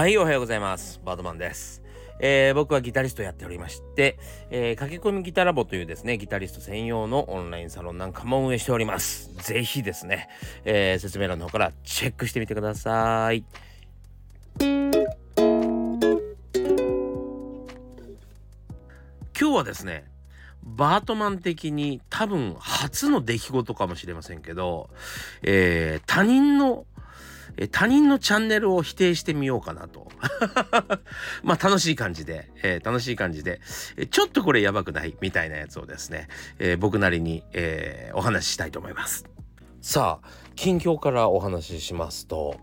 はい、おはようございます。バードマンです。僕はギタリストやっておりまして、駆け込みギタラボというですね、ギタリスト専用のオンラインサロンなんかも運営しております。ぜひですね、説明欄の方からチェックしてみてください。今日はですね、バートマン的に多分初の出来事かもしれませんけど、他人のチャンネルを否定してみようかなと。まあ楽しい感じで、ちょっとこれやばくないみたいなやつをですね、僕なりに、お話ししたいと思います。さあ、近況からお話ししますと、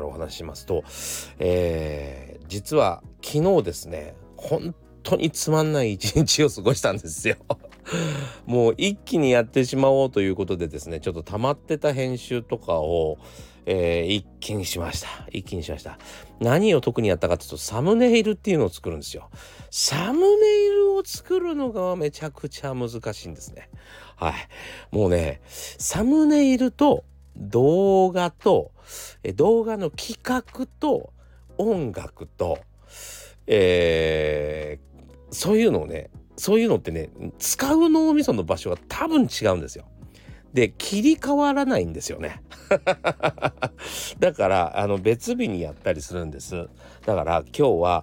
実は昨日ですね、本当につまんない一日を過ごしたんですよ。もう一気にやってしまおうということでですね、ちょっと溜まってた編集とかを、一気にしました。何を特にやったかというと、サムネイルっていうのを作るんですよ。サムネイルを作るのがめちゃくちゃ難しいんですね。はい。もうね、サムネイルと動画と、動画の企画と音楽と、そういうのってね、使う脳みその場所は多分違うんですよ。で、切り替わらないんですよね。だから別日にやったりするんです。だから昨日は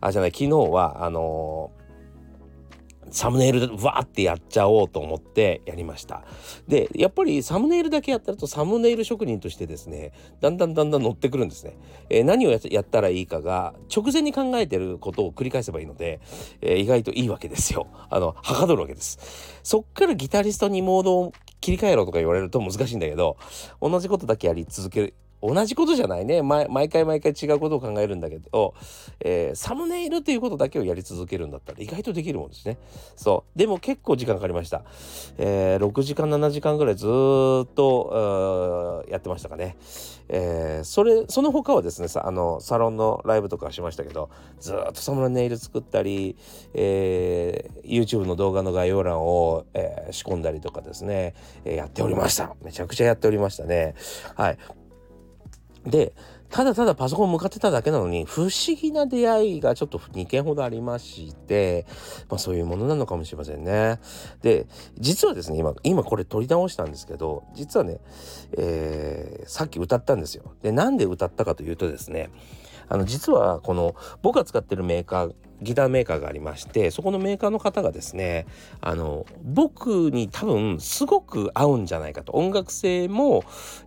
サムネイルでわーってやっちゃおうと思ってやりました。で、やっぱりサムネイルだけやったるとサムネイル職人としてですね、だんだん乗ってくるんですね。何をやったらいいかが直前に考えてることを繰り返せばいいので、意外といいわけですよ。はかどるわけです。そっからギタリストにモードを切り替えろとか言われると難しいんだけど、同じことだけやり続ける。同じことじゃないね。毎回違うことを考えるんだけど、サムネイルっていうことだけをやり続けるんだったら意外とできるもんですね。そう。でも結構時間かかりました。6時間7時間ぐらいずーっとやってましたかね。その他はですね、サロンのライブとかしましたけど、ずーっとサムネイル作ったり、YouTube の動画の概要欄を、仕込んだりとかですね、やっておりました。めちゃくちゃやっておりましたね。はい。で、ただパソコン向かってただけなのに、不思議な出会いがちょっと2件ほどありまして、そういうものなのかもしれませんね。で、実はですね、今これ撮り直したんですけど、実はね、さっき歌ったんですよ。で、なんで歌ったかというとですね、実はこの僕が使ってるギターメーカーがありまして、そこのメーカーの方がですね、僕に多分すごく合うんじゃないかと。音楽性も、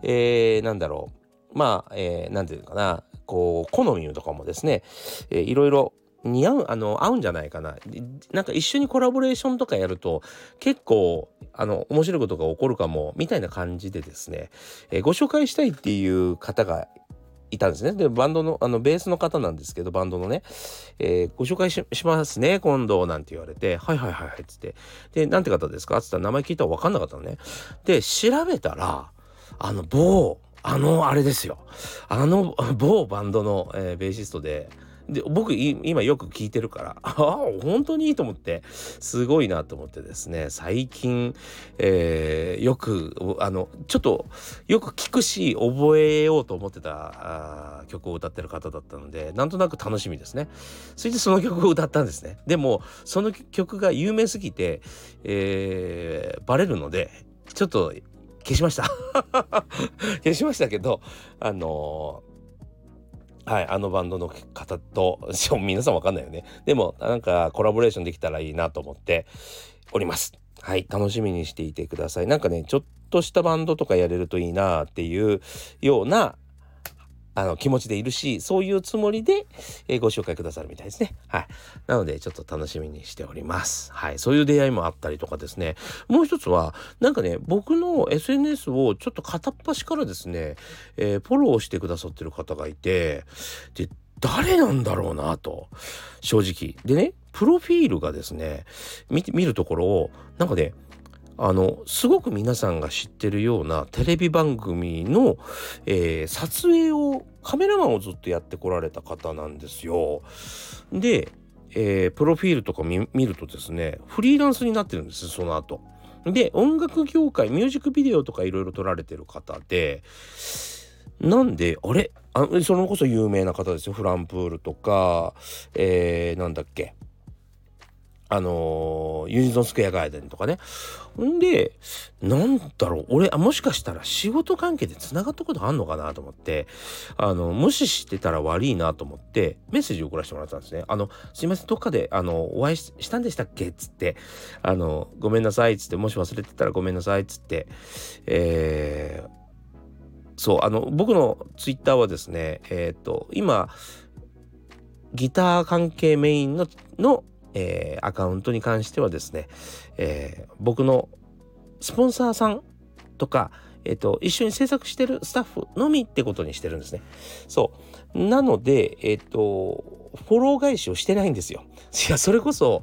なんていうかな、こう好みとかもですね、いろいろ合うんじゃないかな。なんか一緒にコラボレーションとかやると結構面白いことが起こるかもみたいな感じでですね、ご紹介したいっていう方がいたんですね。で、バンドのベースの方なんですけど、バンドのね、ご紹介しますね今度なんて言われて、はいっつって、で、なんて方ですかっつったら名前聞いたら分かんなかったのね。で、調べたらあれですよ。某バンドの、ベーシストで、僕今よく聞いてるから、本当にいいと思って、すごいなと思ってですね、最近、よくちょっとよく聞くし覚えようと思ってた曲を歌ってる方だったので、なんとなく楽しみですね。それでその曲を歌ったんですね。でもその曲が有名すぎて、バレるのでちょっと消しました消しましたけど、はい、バンドの方と皆さんわかんないよね。でもなんかコラボレーションできたらいいなと思っております。はい、楽しみにしていてください。なんかね、ちょっとしたバンドとかやれるといいなっていうような気持ちでいるし、そういうつもりで、ご紹介くださるみたいですね。はい。なのでちょっと楽しみにしております。はい。そういう出会いもあったりとかですね。もう一つはなんかね、僕の SNS をちょっと片っ端からですね、フォローしてくださってる方がいて、で、誰なんだろうなと、正直。でね、プロフィールがですね、見るところなんかね、すごく皆さんが知ってるようなテレビ番組の、撮影をカメラマンをずっとやってこられた方なんですよ。で、プロフィールとか見るとですね、フリーランスになってるんですその後。で、音楽業界ミュージックビデオとかいろいろ撮られてる方で、 なんであれそれこそ有名な方ですよ。フランプールとか、なんだっけ、ユニゾンスクエアガーデンとかね。んで、なんだろう、俺もしかしたら仕事関係でつながったことあんのかなと思って、無視してたら悪いなと思ってメッセージ送らせてもらったんですね。すいません、どっかでお会いしたんでしたっけっつって、ごめんなさいっつって、もし忘れてたらごめんなさいっつって、そう僕のツイッターはですね、今ギター関係メインのアカウントに関してはですね、僕のスポンサーさんとか、一緒に制作してるスタッフのみってことにしてるんですね。そうなので、フォロー返しをしてないんですよ。いや、それこそ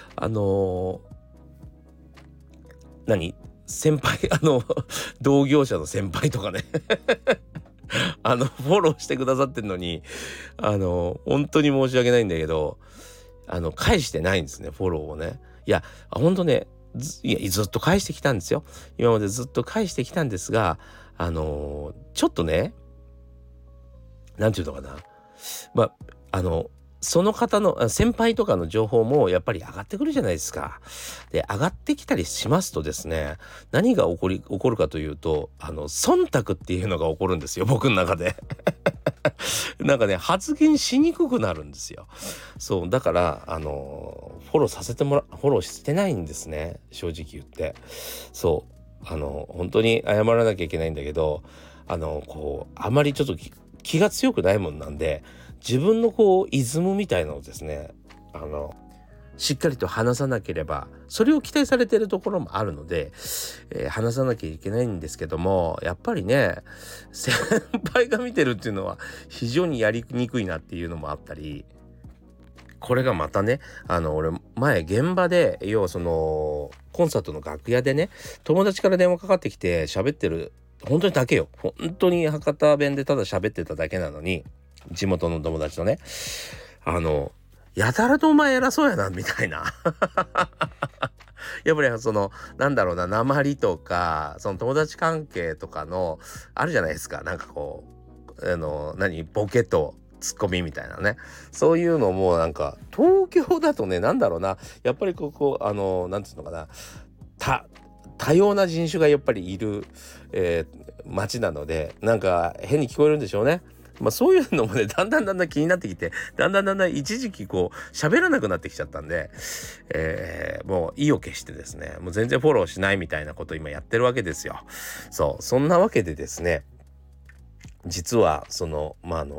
先輩同業者の先輩とかねフォローしてくださってるのに本当に申し訳ないんだけど返してないんですね、フォローをね。いや本当ね、ずっと返してきたんですよ。今までずっと返してきたんですがちょっとね、なんていうのかな、その方の先輩とかの情報もやっぱり上がってくるじゃないですか。で、上がってきたりしますとですね、何が起こるかというと忖度っていうのが起こるんですよ、僕の中でなんかね、発言しにくくなるんですよ。そうだからフォローしてないんですね、正直言って。そう本当に謝らなきゃいけないんだけどあまりちょっと気が強くないもんなんで、自分のイズムみたいなのをですねしっかりと話さなければ、それを期待されているところもあるので、話さなきゃいけないんですけども、やっぱりね、先輩が見てるっていうのは非常にやりにくいなっていうのもあったり、これがまたね、俺前現場で、要はコンサートの楽屋でね、友達から電話かかってきて喋ってる、本当にだけよ、本当に博多弁でただ喋ってただけなのに、地元の友達とね、やたらとお前偉そうやなみたいなやっぱりなんだろうな、訛りとか友達関係とかのあるじゃないですか。なんかボケとツッコミみたいなね、そういうのもなんか東京だとね、なんだろうな、やっぱりなんていうのかな、多様な人種がやっぱりいる、街なので、なんか変に聞こえるんでしょうね。そういうのもね、だんだん気になってきて、だんだん一時期喋らなくなってきちゃったんで、もう意を決してですね、もう全然フォローしないみたいなことを今やってるわけですよ。そんなわけでですね、実はフォ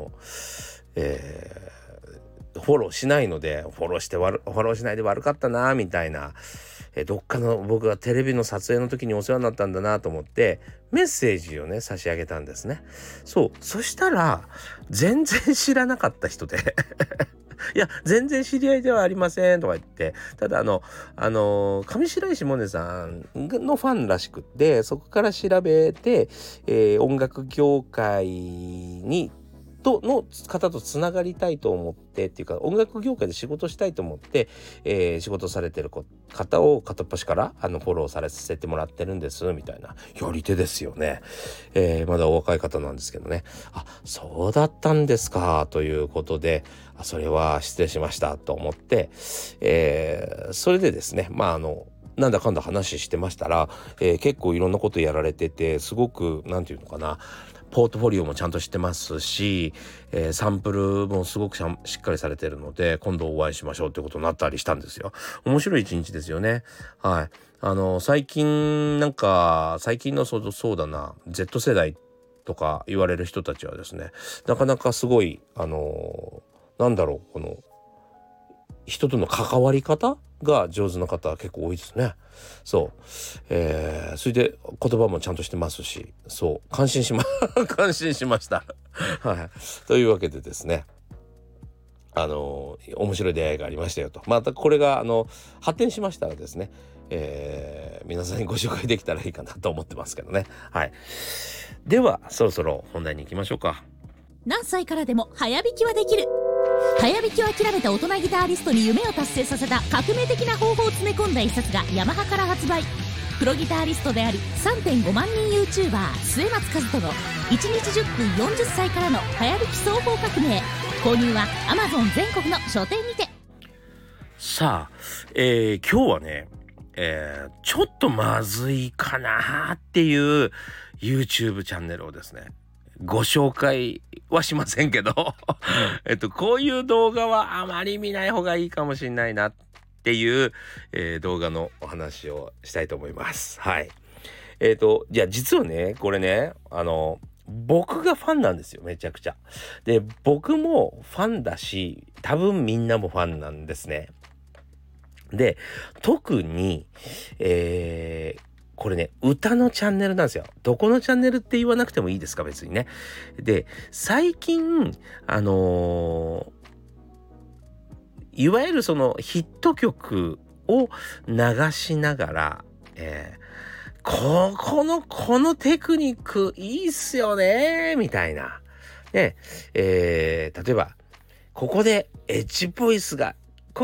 ローしないので、フォローしないで悪かったなみたいな、どっかの僕がテレビの撮影の時にお世話になったんだなと思ってメッセージをね差し上げたんですね。そしたら全然知らなかった人でいや全然知り合いではありませんとか言って、ただ上白石萌音さんのファンらしくって、そこから調べて、音楽業界の方とつながりたいと思ってっていうか、音楽業界で仕事したいと思って、仕事されてる方を片っ端からフォローさせてもらってるんですみたいなやり手ですよね。まだお若い方なんですけどね、そうだったんですかということで、それは失礼しましたと思って、それでですね、なんだかんだ話してましたら、結構いろんなことやられてて、すごくなんていうのかな、ポートフォリオもちゃんと知ってますし、サンプルもすごくしっかりされてるので、今度お会いしましょうってことになったりしたんですよ。面白い一日ですよね。はい。最近のそうだな、Z 世代とか言われる人たちはですね、なかなかすごいなんだろう、人との関わり方が上手な方は結構多いですね。それで言葉もちゃんとしてますし、感心しましたはい。というわけでですね、面白い出会いがありましたよと。またこれが発展しましたらですね、皆さんにご紹介できたらいいかなと思ってますけどね。はい。ではそろそろ本題に行きましょうか。 何歳からでも早弾きはできる。早弾きを諦めた大人ギタリストに夢を達成させた革命的な方法を詰め込んだ一冊がヤマハから発売。 プロギタリストであり 3.5 万人 YouTuber 末松和人の1日10分40歳からの早弾き総合革命。購入は Amazon 全国の書店にて。 さあ、今日はね、ちょっとまずいかなっていう YouTube チャンネルをですねご紹介はしませんけどこういう動画はあまり見ない方がいいかもしれないなっていう、動画のお話をしたいと思います。はい。じゃあ実はねこれね僕がファンなんですよ、めちゃくちゃ。で僕もファンだし多分みんなもファンなんですね。で特に、これね歌のチャンネルなんですよ。どこのチャンネルって言わなくてもいいですか、別にね。で最近いわゆるそのヒット曲を流しながら、このテクニックいいっすよねみたいな。で、例えばここでエッジボイスの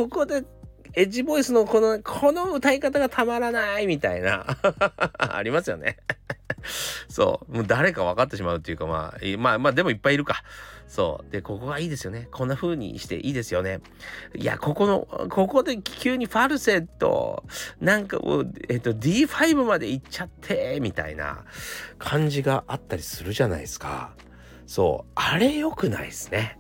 この歌い方がたまらないみたいなありますよねそうもう誰か分かってしまうっていうか、まあでもいっぱいいるか。そうでここがいいですよね、こんな風にしていいですよね。いやここで急にファルセットなんかもう、D5 まで行っちゃってみたいな感じがあったりするじゃないですか。そうあれ良くないですね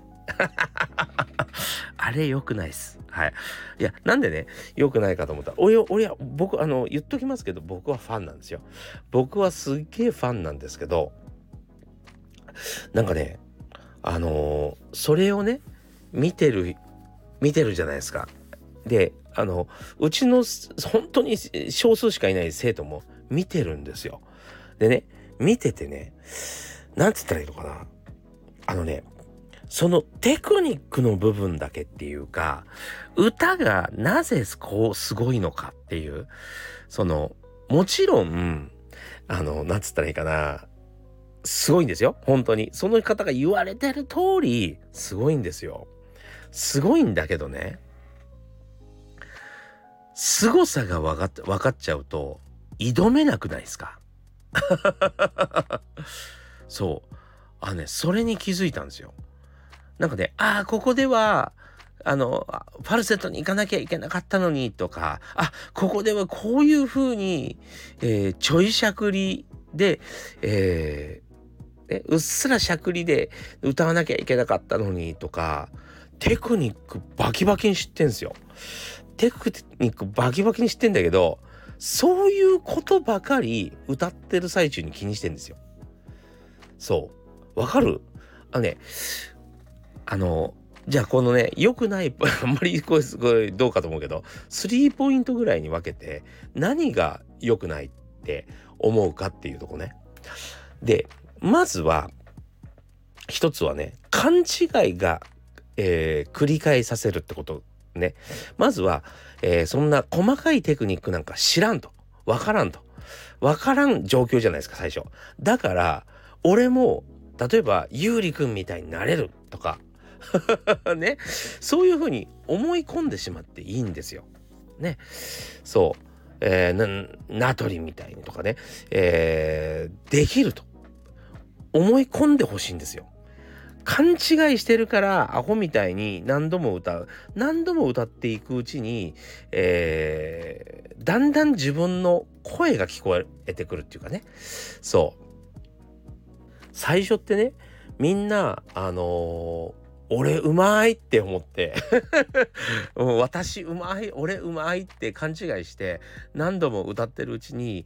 あれ良くないです。はい。いやなんでね良くないかと思ったら僕言っときますけど僕はファンなんですよ。僕はすっげえファンなんですけど、なんかねそれをね見てるじゃないですか。でうちの本当に少数しかいない生徒も見てるんですよ。でね見ててねなんつったらいいのかな、そのテクニックの部分だけっていうか歌がなぜこうすごいのかっていうもちろんなんつったらいいかな、すごいんですよ本当に。その方が言われてる通りすごいんですよ。すごいんだけどね、凄さが分かっちゃうと挑めなくないですかそうそれに気づいたんですよ。なんかねここではファルセットに行かなきゃいけなかったのにとか、ここではこういう風に、ちょいしゃくりで、うっすらしゃくりで歌わなきゃいけなかったのにとか、テクニックバキバキに知ってんすよ。テクニックバキバキに知ってんだけどそういうことばかり歌ってる最中に気にしてんですよ。そうわかる？じゃあこのね良くないあんまりこれすごいどうかと思うけど3ポイントぐらいに分けて何が良くないって思うかっていうとこね。でまずは一つはね勘違いが、繰り返させるってことね。まずは、そんな細かいテクニックなんか知らんと分からん状況じゃないですか最初。だから俺も例えばゆうりくんみたいになれるとかね、そういうふうに思い込んでしまっていいんですよ。ね、そう、ナトリみたいにとかね、できると思い込んでほしいんですよ。勘違いしてるからアホみたいに何度も歌っていくうちに、だんだん自分の声が聞こえてくるっていうかね。そう最初ってねみんな俺うまいって思って私うまい俺うまいって勘違いして何度も歌ってるうちに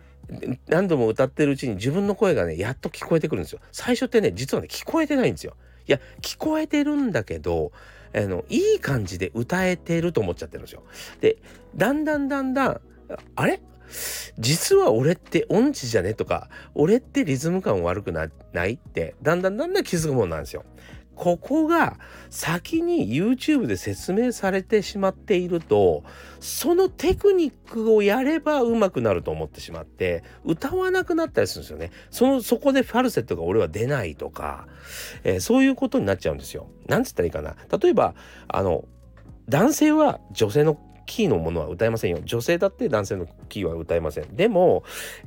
自分の声がねやっと聞こえてくるんですよ。最初ってね実はね聞こえてないんですよ。いや聞こえてるんだけどいい感じで歌えてると思っちゃってるんですよ。でだんだんあれ実は俺って音痴じゃねとか俺ってリズム感悪くないってだんだん気づくもんなんですよ。ここが先に YouTube で説明されてしまっているとそのテクニックをやれば上手くなると思ってしまって歌わなくなったりするんですよね。そこでファルセットが俺は出ないとか、そういうことになっちゃうんですよ。なんつったらいいかな。例えば男性は女性のキーのものは歌えませんよ。女性だって男性のキーは歌えません。でも、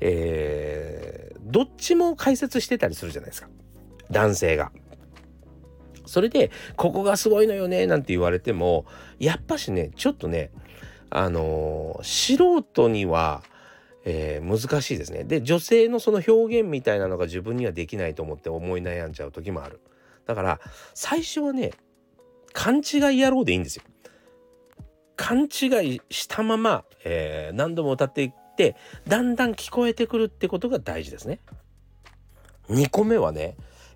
どっちも解説してたりするじゃないですか、男性が。それでここがすごいのよねなんて言われても、やっぱしねちょっとね素人には、難しいですね。で女性のその表現みたいなのが自分にはできないと思って思い悩んじゃう時もある。だから最初はね勘違い野郎でいいんですよ。勘違いしたまま、何度も歌っていってだんだん聞こえてくるってことが大事ですね。2個目はね、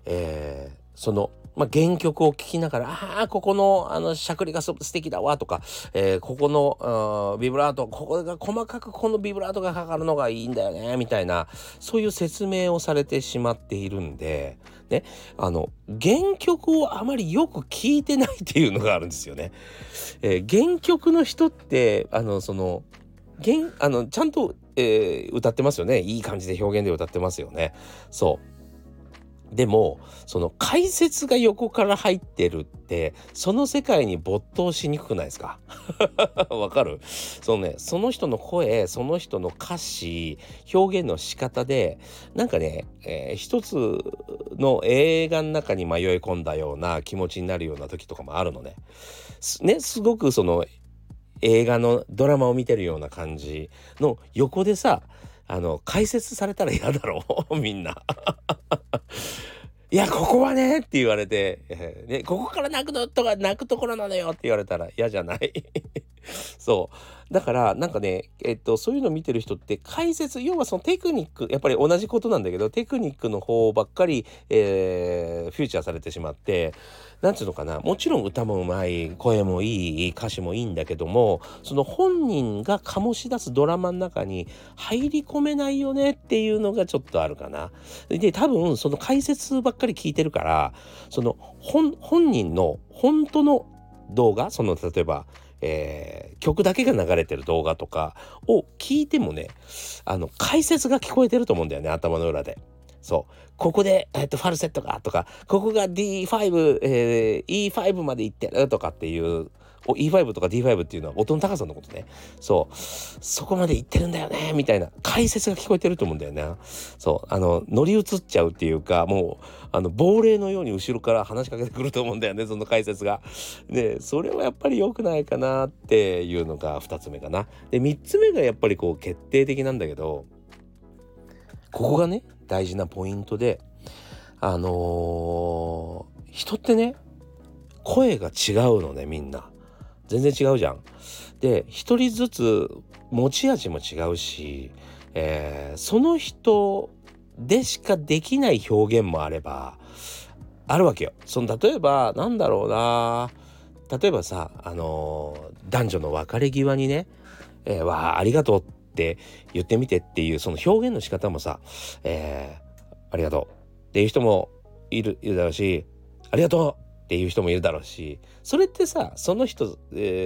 原曲を聴きながらここのしゃくりが素敵だわとか、ここのビブラート、ここが細かくこのビブラートがかかるのがいいんだよねみたいな、そういう説明をされてしまっているんでね、原曲をあまりよく聴いてないっていうのがあるんですよね。原曲の人ってちゃんと、歌ってますよね。いい感じで表現で歌ってますよね。そうでもその解説が横から入ってるってその世界に没頭しにくくないですか？わかる？その人の声、その人の歌詞、表現の仕方でなんかね、一つの映画の中に迷い込んだような気持ちになるような時とかもあるのね。すごくその映画のドラマを見てるような感じの横でさ解説されたら嫌だろうみんな。いやここはねって言われて、ここから泣くところなのよって言われたら嫌じゃない？そうだからなんかね、そういうの見てる人って解説、要はそのテクニック、やっぱり同じことなんだけどテクニックの方ばっかり、フューチャーされてしまって、なんていうのかな、もちろん歌もうまい、声もいい、歌詞もいいんだけども、その本人が醸し出すドラマの中に入り込めないよねっていうのがちょっとあるかな。で多分その解説ばっかり聞いてるから、その本人の本当の動画、例えば曲だけが流れてる動画とかを聞いてもね、解説が聞こえてると思うんだよね、頭の裏で。ここで、ファルセットがとか、ここが D5、E5 まで行ってるとかっていう、E5 とか D5 っていうのは音の高さのことね。そこまで行ってるんだよねみたいな解説が聞こえてると思うんだよね。乗り移っちゃうっていうか、もう亡霊のように後ろから話しかけてくると思うんだよね、その解説が。でそれはやっぱり良くないかなっていうのが2つ目かな。で3つ目がやっぱり決定的なんだけど、ここがね大事なポイントで、人ってね声が違うのね。みんな全然違うじゃん。で一人ずつ持ち味も違うし、その人でしかできない表現もあればあるわけよ。例えばなんだろうな、例えばさ男女の別れ際にね、ありがとうって言ってみてっていうその表現の仕方もさ、ありがとうっていう人もいるだろうし、ありがとうっていう人もいるだろうし、それってさその人、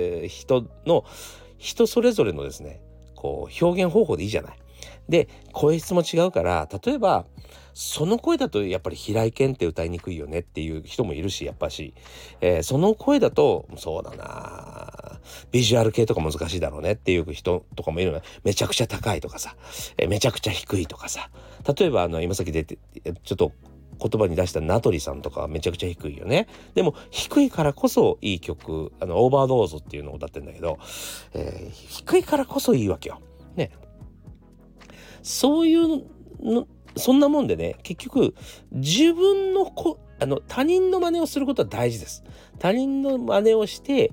人それぞれのですね表現方法でいいじゃない。で声質も違うから、例えばその声だとやっぱり平井堅って歌いにくいよねっていう人もいるし、やっぱし、その声だとそうだなビジュアル系とか難しいだろうねっていう人とかもいるのね。めちゃくちゃ高いとかさ、めちゃくちゃ低いとかさ、例えば今さっき出てちょっと言葉に出した名取さんとかはめちゃくちゃ低いよね。でも低いからこそいい曲、オーバードーズっていうのを歌ってるんだけど、低いからこそいいわけよね。そういうの、そんなもんでね、結局自分の他人の真似をすることは大事です。他人の真似をして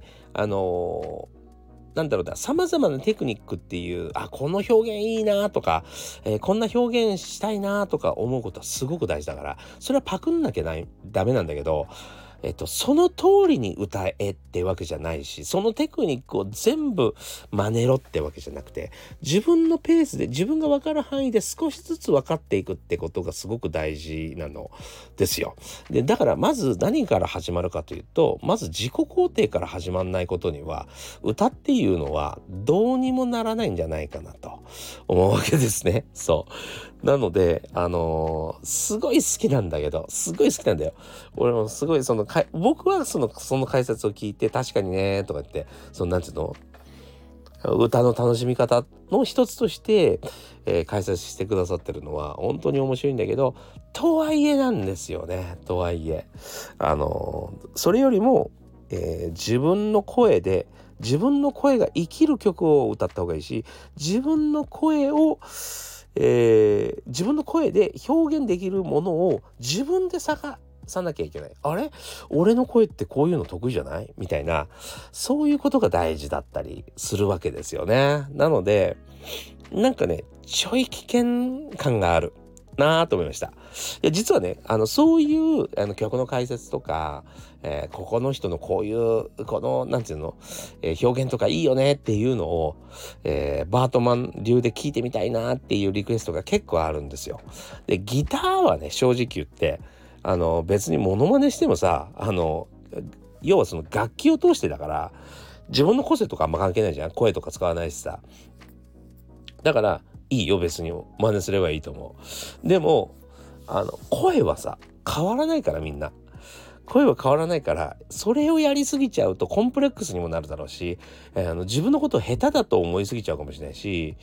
なんだろうな、様々なテクニックっていう、この表現いいなとか、こんな表現したいなとか思うことはすごく大事だから、それはパクんなきゃダメなんだけど、その通りに歌えってわけじゃないし、そのテクニックを全部真似ろってわけじゃなくて、自分のペースで自分が分かる範囲で少しずつ分かっていくってことがすごく大事なのですよ。でだからまず何から始まるかというと、まず自己肯定から始まんないことには歌っていうのはどうにもならないんじゃないかなと思うわけですね。なので、すごい好きなんだけど、すごい好きなんだよ。俺もすごい僕はその解説を聞いて確かにねとか言って、なんていうの、 歌の楽しみ方の一つとして、解説してくださってるのは本当に面白いんだけど、とはいえなんですよね。とはいえそれよりも、自分の声が生きる曲を歌った方がいいし、自分の声で表現できるものを自分で探さなきゃいけない。あれ、俺の声ってこういうの得意じゃないみたいな、そういうことが大事だったりするわけですよね。なのでなんかね、ちょい危険感があるなと思いました。いや実はね、そういう曲の解説とか、ここの人のこういうこのなんていうの、表現とかいいよねっていうのを、バートマン流で聞いてみたいなっていうリクエストが結構あるんですよ。でギターはね、正直言って別にモノマネしてもさ、要はその楽器を通してだから、自分の個性とかあんま関係ないじゃん。声とか使わないしさ。だからいいよ、別に真似すればいいと思う。でも声はさ変わらないから、みんな声は変わらないから、それをやりすぎちゃうとコンプレックスにもなるだろうし、自分のことを下手だと思いすぎちゃうかもしれないし、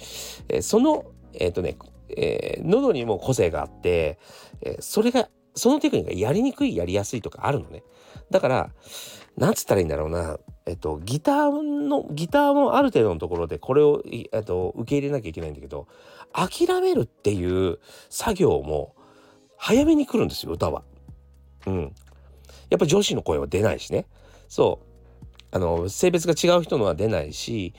喉にも個性があって、そのテクニックがやりにくいやりやすいとかあるのね。だからなんつったらいいんだろうな、ギターもある程度のところでこれを受け入れなきゃいけないんだけど、諦めるっていう作業も早めに来るんですよ、歌は。やっぱ女子の声は出ないしね。そう性別が違う人のは出ないし、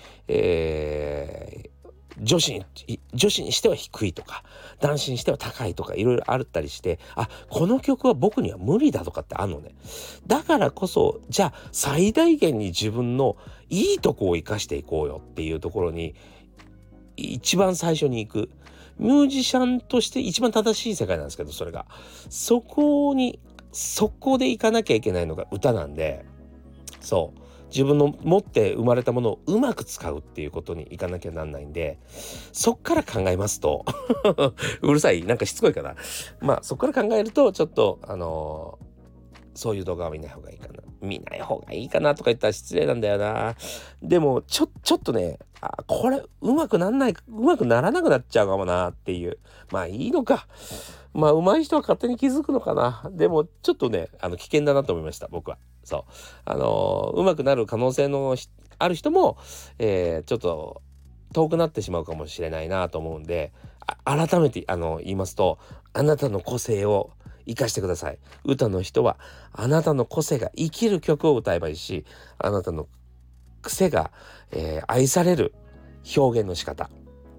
女子にしては低いとか、男子にしては高いとか、いろいろあったりして、この曲は僕には無理だとかってあるのね。だからこそ、じゃあ最大限に自分のいいとこを生かしていこうよっていうところに一番最初に行く。ミュージシャンとして一番正しい世界なんですけど、それがそこで行かなきゃいけないのが歌なんで、自分の持って生まれたものをうまく使うっていうことにいかなきゃなんないんで、そっから考えますとうるさい、なんかしつこいかな。そっから考えるとちょっとそういう動画は見ない方がいいかなとか言ったら失礼なんだよな。でもちょっとね、これうまくならなくなっちゃうかもなっていう。いいのか。上手い人は勝手に気づくのかな。でもちょっとね、危険だなと思いました、僕は。うまくなる可能性のある人も、ちょっと遠くなってしまうかもしれないなと思うんで、改めて言いますと、あなたの個性を生かしてください。歌の人はあなたの個性が生きる曲を歌えばいいし、あなたの癖が、愛される表現の仕方、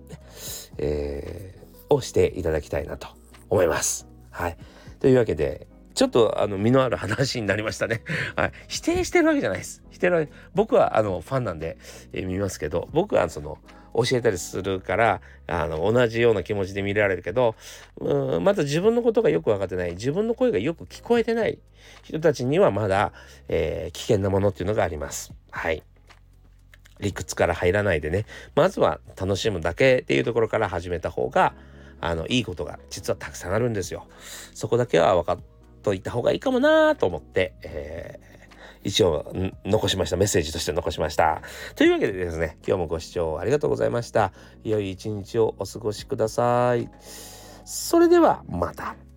をしていただきたいなと思います。はい。というわけで、ちょっと身のある話になりましたね。はい。否定してるわけじゃないです。僕はファンなんで、見ますけど、僕は教えたりするから同じような気持ちで見られるけど、まだ自分のことがよく分かってない、自分の声がよく聞こえてない人たちにはまだ、危険なものっていうのがあります。はい。理屈から入らないでね、まずは楽しむだけっていうところから始めた方がいいことが実はたくさんあるんですよ。そこだけは分かっといた方がいいかもなと思って、一応残しました。メッセージとして残しました。というわけでですね、今日もご視聴ありがとうございました。良い一日をお過ごしください。それではまた。